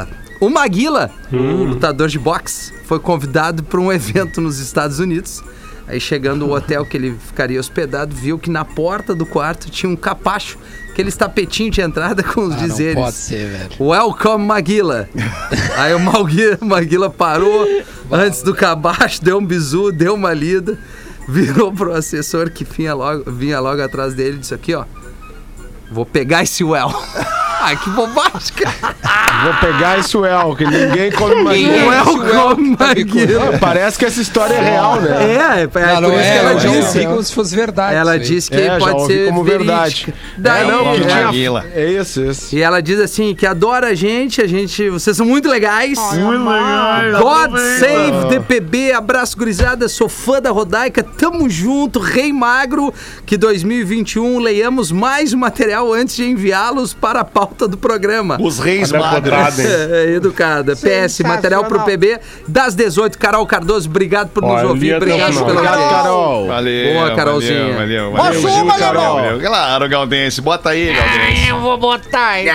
O Maguila, hum. o lutador de boxe, foi convidado para um evento nos Estados Unidos. Aí chegando no hotel que ele ficaria hospedado, viu que na porta do quarto tinha um capacho, aqueles tapetinhos de entrada com os ah, dizeres. Não pode ser, velho. Welcome, Maguila. Aí o Maguila, Maguila parou antes do capacho, deu um bizu, deu uma lida, virou pro assessor que vinha logo, vinha logo atrás dele e disse aqui, ó, vou pegar esse well. Ai, que bobagem, cara. Vou pegar esse well, que ninguém come Maguila. Ninguém come Maguila. Parece que essa história é real, né? É, é, é não, não é, ela disse como se fosse verdade. Ela disse que é, pode ser como verdade. Daí, é, não, que tinha... Maguila. É isso, isso. E ela diz assim, que adora a gente, a gente, vocês são muito legais. Muito legais. God save D P B, abraço gurizada, sou fã da Rodaica, tamo junto, Rei Magro, que dois mil e vinte e um leiamos mais material antes de enviá-los para a pauta do programa. Os Reis Magros. É, educada. P S, material pro P B das dezoito. Carol Cardoso, obrigado por nos Olha, ouvir. Obrigado pelo Obrigado, Carol. Valeu. Boa, Carolzinha. Valeu, valeu. valeu. Boa, Carol. Valeu. Claro, Galdense. Bota aí, Galdense. Eu vou botar aí.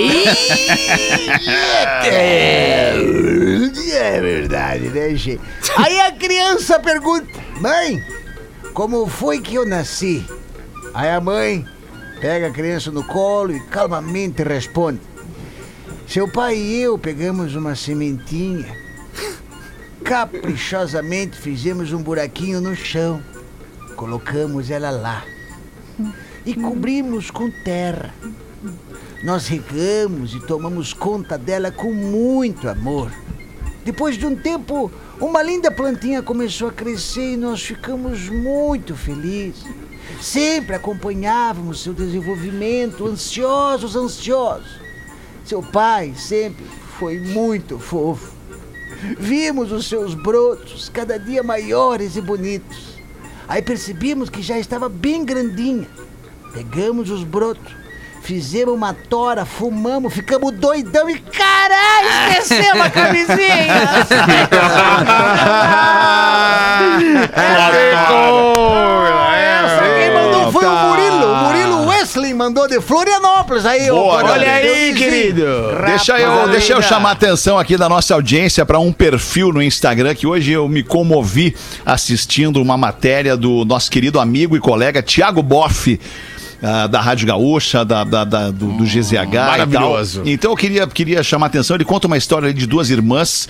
É, é verdade, né, gente? Aí a criança pergunta, mãe, como foi que eu nasci? Aí a mãe pega a criança no colo e calmamente responde, seu pai e eu pegamos uma sementinha, caprichosamente fizemos um buraquinho no chão, colocamos ela lá e cobrimos com terra. Nós regamos e tomamos conta dela com muito amor. Depois de um tempo, uma linda plantinha começou a crescer e nós ficamos muito felizes. Sempre acompanhávamos seu desenvolvimento, ansiosos, ansiosos. Seu pai sempre foi muito fofo. Vimos os seus brotos cada dia maiores e bonitos. Aí percebimos que já estava bem grandinha. Pegamos os brotos, fizemos uma tora, fumamos, ficamos doidão e caralho, esquecemos a camisinha! Essa quem mandou foi o Murilo, o Murilo Wesley mandou de Florianópolis aí. Boa, ó, olha aí, querido. Deixa eu, deixa eu chamar a atenção aqui da nossa audiência para um perfil no Instagram que hoje eu me comovi assistindo uma matéria do nosso querido amigo e colega Thiago Boff, Uh, da Rádio Gaúcha, da, da, da, do, do G Z H. Maravilhoso. E tal. Então eu queria, queria chamar a atenção. Ele conta uma história de duas irmãs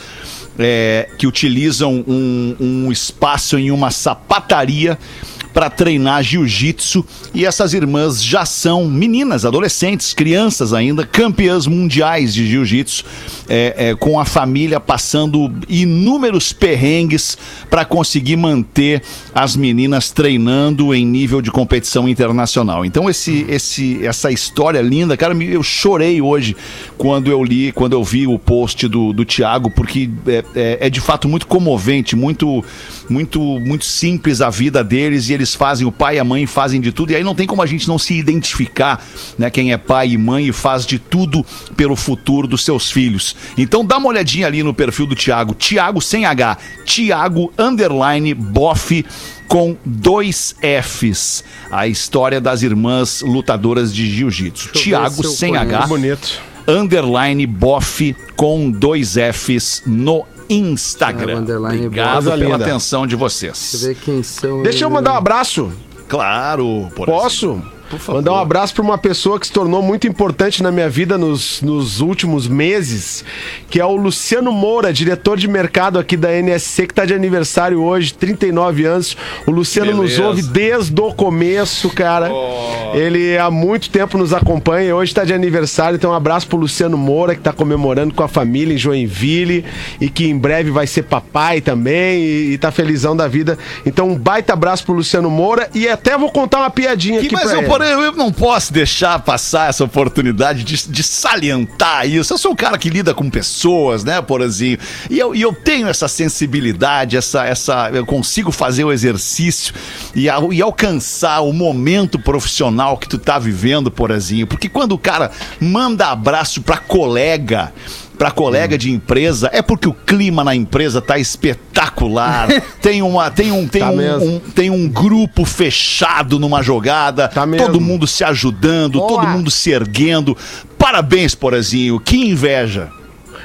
é, que utilizam um, um espaço em uma sapataria para treinar jiu-jitsu, e essas irmãs já são meninas, adolescentes, crianças ainda, campeãs mundiais de jiu-jitsu, é, é, com a família passando inúmeros perrengues para conseguir manter as meninas treinando em nível de competição internacional. Então esse, esse, essa história linda, cara, eu chorei hoje quando eu li, quando eu vi o post do, do Thiago, porque é, é, é de fato muito comovente, muito, muito, muito simples a vida deles, e eles fazem, o pai e a mãe fazem de tudo, e aí não tem como a gente não se identificar, né? Quem é pai e mãe e faz de tudo pelo futuro dos seus filhos. Então dá uma olhadinha ali no perfil do Thiago, Thiago sem H, Thiago underline Boff com dois Fs, a história das irmãs lutadoras de jiu-jitsu. Thiago sem H, bonito. underline Boff com dois Fs no Instagram. É, obrigado pela linda. atenção de vocês. Deixa eu ver quem são. Deixa eu mandar um abraço. Claro, por Posso? Exemplo. Por favor. Mandar um abraço para uma pessoa que se tornou muito importante na minha vida nos, nos últimos meses, que é o Luciano Moura, diretor de mercado aqui da N S C, que está de aniversário hoje, trinta e nove anos. O Luciano Beleza. nos ouve desde o começo, cara. Oh. Ele há muito tempo nos acompanha e hoje está de aniversário. Então um abraço pro Luciano Moura, que está comemorando com a família em Joinville e que em breve vai ser papai também e, e tá felizão da vida. Então um baita abraço pro Luciano Moura, e até vou contar uma piadinha que, aqui mas pra eu, ele. Porém, eu não posso deixar passar essa oportunidade de, de salientar isso. Eu sou um cara que lida com pessoas, né, Porazinho? E eu, e eu tenho essa sensibilidade, essa, essa, eu consigo fazer o exercício e, a, e alcançar o momento profissional que tu tá vivendo, Porazinho. Porque quando o cara manda abraço pra colega, para colega de empresa, é porque o clima na empresa tá espetacular. Tem uma, tem um, tem tá um, um, tem um grupo fechado numa jogada, tá todo mundo se ajudando, Boa. todo mundo se erguendo. Parabéns, Porazinho, que inveja.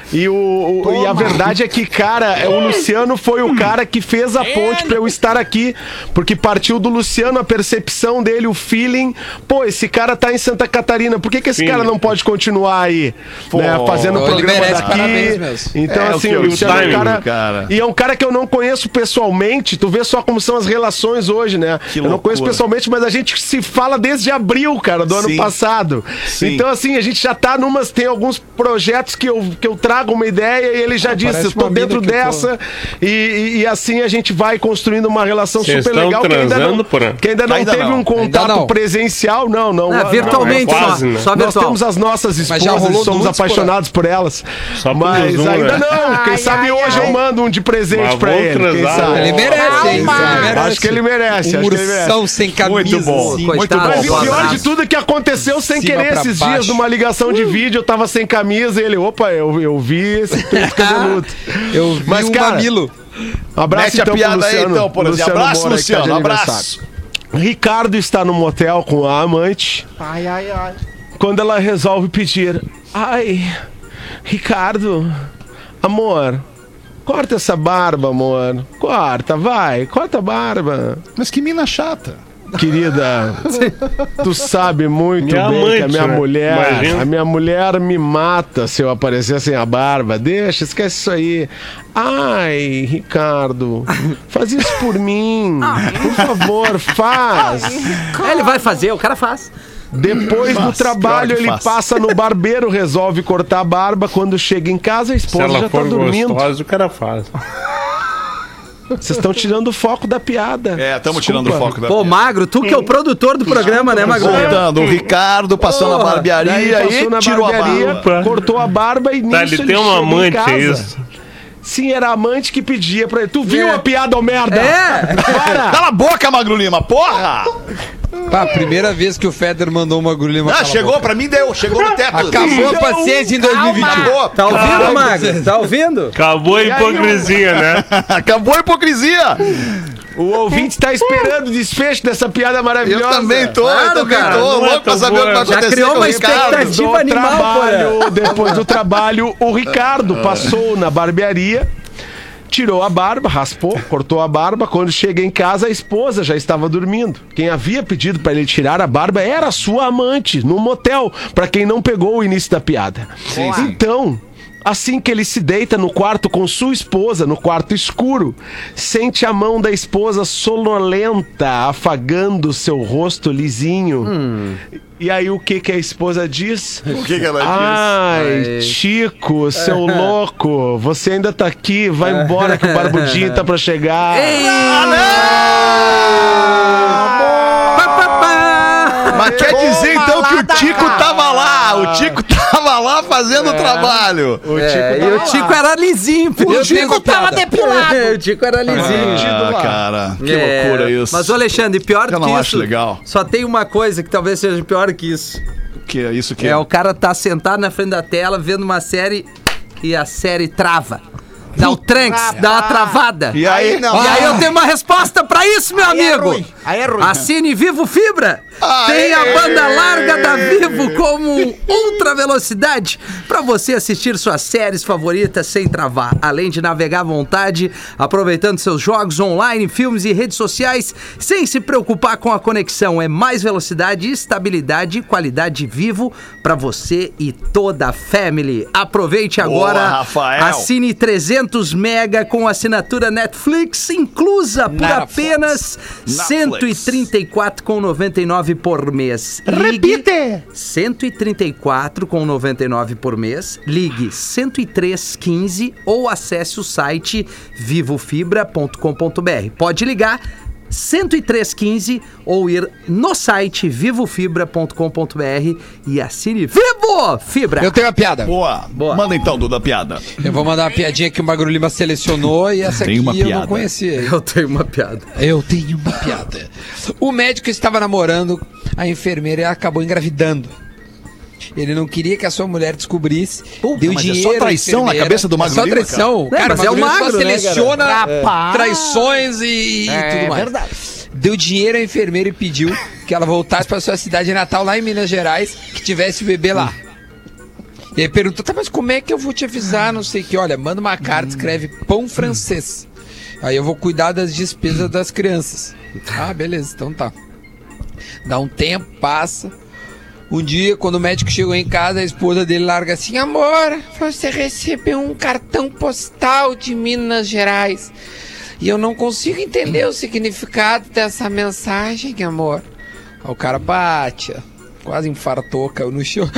E, o, o- e a verdade é que, cara, é, o Luciano foi o cara que fez a ponte pra eu estar aqui. Porque partiu do Luciano a percepção dele, o feeling. Pô, esse cara tá em Santa Catarina, por que, que esse Sim. cara não pode continuar aí? Né, fazendo o ele programa merece daqui. parabéns mesmo. Então, É, o assim, que- o o Luciano é um timing, cara, cara. E é um cara que eu não conheço pessoalmente. Tu vê só como são as relações hoje, né? Que eu não loucura. conheço pessoalmente, mas a gente se fala desde abril, cara, do ano Sim. passado. Sim. Então, assim, a gente já tá numas. Tem alguns projetos que eu, que eu trago uma ideia e ele já disse: parece eu tô uma mina dentro que eu tô- dessa. E, e- e assim a gente vai construindo uma relação Vocês super estão legal que ainda transando, não, porra? que ainda não Ainda teve não. um contato Ainda não. presencial, não, não. Ah, não, virtualmente é só. quase, né? Só Nós virtual. temos as nossas Mas já esposas e rolou somos nudes, apaixonados por elas. Só pelo Mas Zoom, ainda né? não. Quem sabe hoje eu mando um de presente Mas pra vou ele. Quem transar. sabe? Ele merece, hein? Calma. Ele merece. Acho que ele merece. Um acho que ele merece. ursão sem camisa. Muito bom. assim. Muito Coitado, bom. Mas o Um pior abraço. de tudo é que aconteceu sem Cima querer pra esses baixo. dias numa ligação de vídeo. Eu tava sem camisa e ele, opa, eu, eu vi esse peito cabeludo. Eu vi Mas, um cara, mamilo. Um abraço Mete a então pro piada aí, Luciano. então, por exemplo. Luciano Abraço, Moura, que tá de Luciano. aniversário. Abraço. Ricardo está no motel com a amante. Ai, ai, ai. Quando ela resolve pedir: ai, Ricardo, amor, corta essa barba, amor. Corta, vai, corta a barba. Mas que mina chata. Querida, tu sabe muito Minha bem que a amante, minha né? mulher, Imagina. a minha mulher me mata se eu aparecer sem a barba. Deixa, esquece isso aí. Ai, Ricardo, faz isso por mim. Por favor, faz. É, ele vai fazer, o cara faz. Depois do Faz, trabalho, pior que ele faz. passa no barbeiro, resolve cortar a barba. Quando chega em casa, a Se esposa ela já tá for dormindo. gostosa, o cara faz. Vocês estão tirando o foco da piada. É, estamos Desculpa. tirando o foco da Pô, piada. Magro, tu que é o produtor do programa, né, Magro? Voltando, o Ricardo passou na Porra, barbearia Daí e passou na tirou a barbearia, barba. cortou a barba e nisso Tá, ele tem chega uma em amante, casa. é isso? Sim, era a amante que pedia pra ele. Tu viu É. a piada, ô merda? É. Para! Cala a boca, Magro Lima, porra! Pá, primeira vez que o Feder mandou uma grulha. Ah, chegou, pra mim deu, chegou no teto. Acabou a paciência em dois mil e vinte e um. Acabou. Tá ouvindo, Magro? Tá ouvindo? Acabou a hipocrisia, né? Acabou a hipocrisia. O ouvinte tá esperando o desfecho dessa piada Eu maravilhosa. também tô, Claro, eu também cara, tô não é louco pra tão saber o que vai boa. Já acontecer criou com o uma Ricardo. expectativa. Do animal, trabalho, depois do trabalho, o Ricardo passou na barbearia, tirou a barba, raspou, cortou a barba. Quando chega em casa, a esposa já estava dormindo. Quem havia pedido para ele tirar a barba era a sua amante, no motel, para quem não pegou o início da piada. Sim, sim. Então, assim que ele se deita no quarto com sua esposa, no quarto escuro, sente a mão da esposa sonolenta, afagando seu rosto lisinho. E aí o que que a esposa diz? O que, que ela disse? Ai, Chico, seu louco, você ainda tá aqui, vai embora que o barbudinho tá pra chegar. Pá, pá, pá. Mas quer dizer Toma então lá que o da Tico cá. tava lá, o Tico tava lá fazendo o trabalho. O É, Chico e o Tico era lisinho. pô. Eu tenho uma Tava piada. depilado. É, o Tico era lisinho. Ah, cara, que É, loucura isso. Mas, ô Alexandre, pior Eu que não isso, acho legal. só tem uma coisa que talvez seja pior que isso. Que é isso que É o cara tá sentado na frente da tela vendo uma série e a série trava. Dá o tranks, dá uma travada. E aí, não. E aí eu tenho uma resposta pra isso, meu Aí é amigo. ruim, aí é ruim. Assine Vivo Fibra. Aê! Tem a banda larga da Vivo como ultra velocidade pra você assistir suas séries favoritas sem travar, além de navegar à vontade, aproveitando seus jogos online, filmes e redes sociais, sem se preocupar com a conexão. É mais velocidade, estabilidade e qualidade Vivo pra você e toda a family. Aproveite agora. Boa, Rafael. Assine trezentos mega com assinatura Netflix inclusa por Netflix. apenas cento e trinta e quatro reais e noventa e nove centavos por mês. Repite! cento e trinta e quatro reais e noventa e nove centavos por mês. Ligue cento e três quinze ou acesse o site vivo fibra ponto com ponto br. Pode ligar cento e três quinze ou ir no site vivo fibra ponto com ponto br e assine Vivo Fibra. Eu tenho uma piada. Boa. Boa. Manda então, Duda, a piada. Eu vou mandar uma piadinha que o Magro Lima selecionou e essa Tem aqui uma eu piada. não conhecia. Eu tenho uma piada. Eu tenho uma piada. O médico estava namorando a enfermeira e ela acabou engravidando. Ele não queria que a sua mulher descobrisse. Pô, deu mas é dinheiro só à traição na enfermeira. cabeça do Magro É só Lima, traição. cara. É, mas é o Lima só Magro, né, cara? seleciona Rapaz. traições e, e É tudo mais. verdade. Deu dinheiro à enfermeira e pediu que ela voltasse para sua cidade natal, lá em Minas Gerais, que tivesse o bebê lá. E aí perguntou, tá, mas como é que eu vou te avisar, não sei o que. Olha, manda uma carta, escreve pão francês. Aí eu vou cuidar das despesas das crianças. Ah, beleza, então tá. Dá um tempo, passa. Um dia, quando o médico chegou em casa, a esposa dele larga assim, amor, você recebeu um cartão postal de Minas Gerais. E eu não consigo entender o significado dessa mensagem, amor. Aí o cara bate, quase infartou, caiu no chão.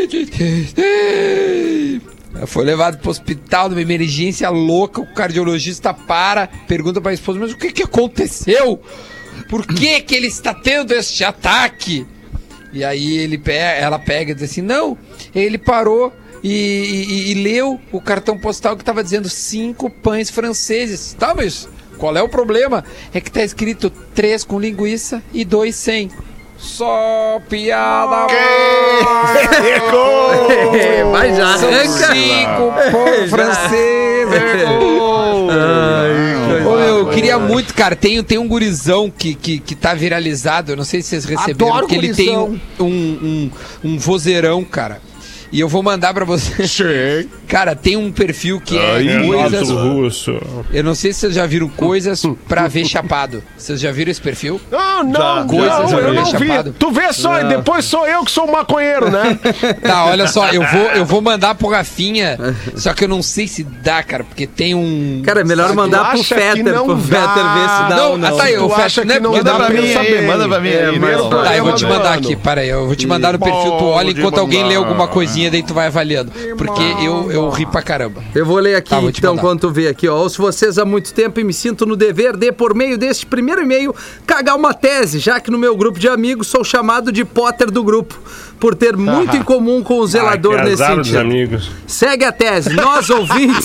Foi levado pro hospital, numa emergência louca, o cardiologista para, pergunta pra esposa, mas o que que aconteceu? Por que que ele está tendo este ataque? E aí ele pega, ela pega e diz assim, não, ele parou e, e, e leu o cartão postal que estava dizendo cinco pães franceses. Tá, mas qual é o problema? É que tá escrito três com linguiça e dois sem. Só piada. Mas já São arranca. cinco pães franceses. Ô, meu, eu queria muito, cara, tem, tem um gurizão que, que, que tá viralizado, eu não sei se vocês receberam, Adoro que ele tem gurizão. um, um, um, um vozeirão, cara. E eu vou mandar pra você. Sim. Cara, tem um perfil que é Renato coisas... Russo. Eu não sei se vocês já viram coisas pra ver chapado. Vocês já viram esse perfil? Não, não, Coisas não, eu pra não ver vi. chapado. Tu vê só, e depois sou eu que sou o maconheiro, né? Tá, olha só, eu vou, eu vou mandar pro Rafinha, só que eu não sei se dá, cara, porque tem um... Cara, é melhor Tu mandar pro acha que Fetter, não pro dá? Fetter ver se dá Não, ou não. ah, tá aí, Tu o Fetter, acha né, que não porque dá dá pra pra mim aí, aí? manda pra mim aí, É, meu. mas- Tá, eu vou te mandar Mano. aqui, para aí, eu vou te mandar no perfil, tu olha enquanto alguém lê alguma coisinha, daí tu vai avaliando. Porque eu, eu ri pra caramba. Eu vou ler aqui, Tá, vou te então, mandar. quando tu vê aqui, ó. Ouço vocês há muito tempo e me sinto no dever de, por meio deste primeiro e-mail, cagar uma tese, já que no meu grupo de amigos sou chamado de Potter do grupo, por ter muito em comum com o zelador Ah, que nesse azar dos sentido. amigos. Segue a tese. Nós, ouvintes...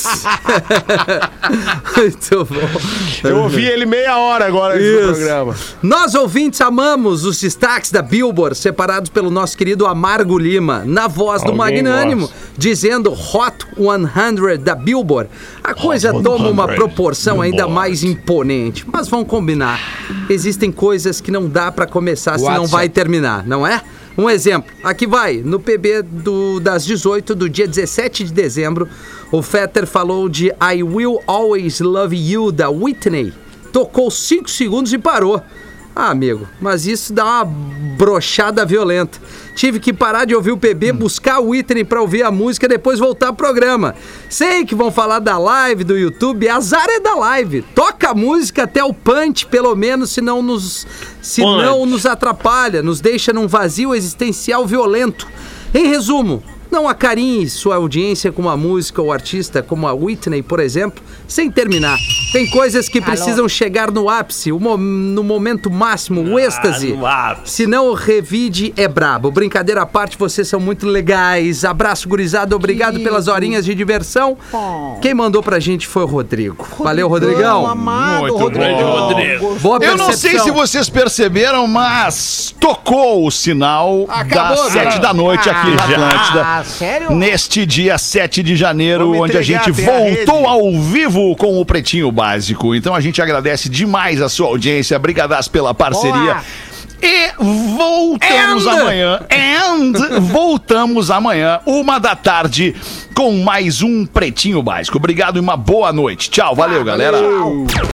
Muito bom. Eu ouvi ele meia hora agora antes Isso. do programa. Nós, ouvintes, amamos os destaques da Billboard, separados pelo nosso querido Amargo Lima, na voz do Alguém Magnânimo, gosta. dizendo Hot cem da Billboard. A coisa toma uma proporção ainda mais imponente. Mas vamos combinar. Existem coisas que não dá pra começar se não WhatsApp. vai terminar, não é? Um exemplo, aqui vai, no P B do, das dezoito do dia dezessete de dezembro, o Fetter falou de I Will Always Love You, da Whitney. Tocou cinco segundos e parou. Ah, amigo, mas isso dá uma brochada violenta. Tive que parar de ouvir o P B, buscar o Whitney pra ouvir a música e depois voltar pro programa. Sei que vão falar da live, do YouTube, azar é da live. Toca a música até o punch, pelo menos, se não nos, se não nos atrapalha, nos deixa num vazio existencial violento. Em resumo, não acarinhe sua audiência com uma música ou artista como a Whitney, por exemplo, sem terminar. Tem coisas que precisam chegar no ápice, o mo- no momento máximo, o êxtase. no ápice. Senão o revide é brabo. Brincadeira à parte, vocês são muito legais. Abraço, gurizada. Obrigado pelas horinhas de diversão. Quem mandou pra gente foi o Rodrigo. Valeu, Rodrigão. Amado, Muito Rodrigo. bom. Rodrigo. Boa Eu não sei percepção. se vocês perceberam, mas tocou o sinal Acabou, das sete né? da noite aqui na Atlântida. Ah, sério? Neste dia sete de janeiro, Vamos onde a entregar gente até a voltou rede. ao vivo com o Pretinho Básico. Então a gente agradece demais a sua audiência. Brigadas pela parceria. Boa. E voltamos And- amanhã. And voltamos amanhã, uma da tarde, com mais um Pretinho Básico. Obrigado e uma boa noite. Tchau, valeu, galera.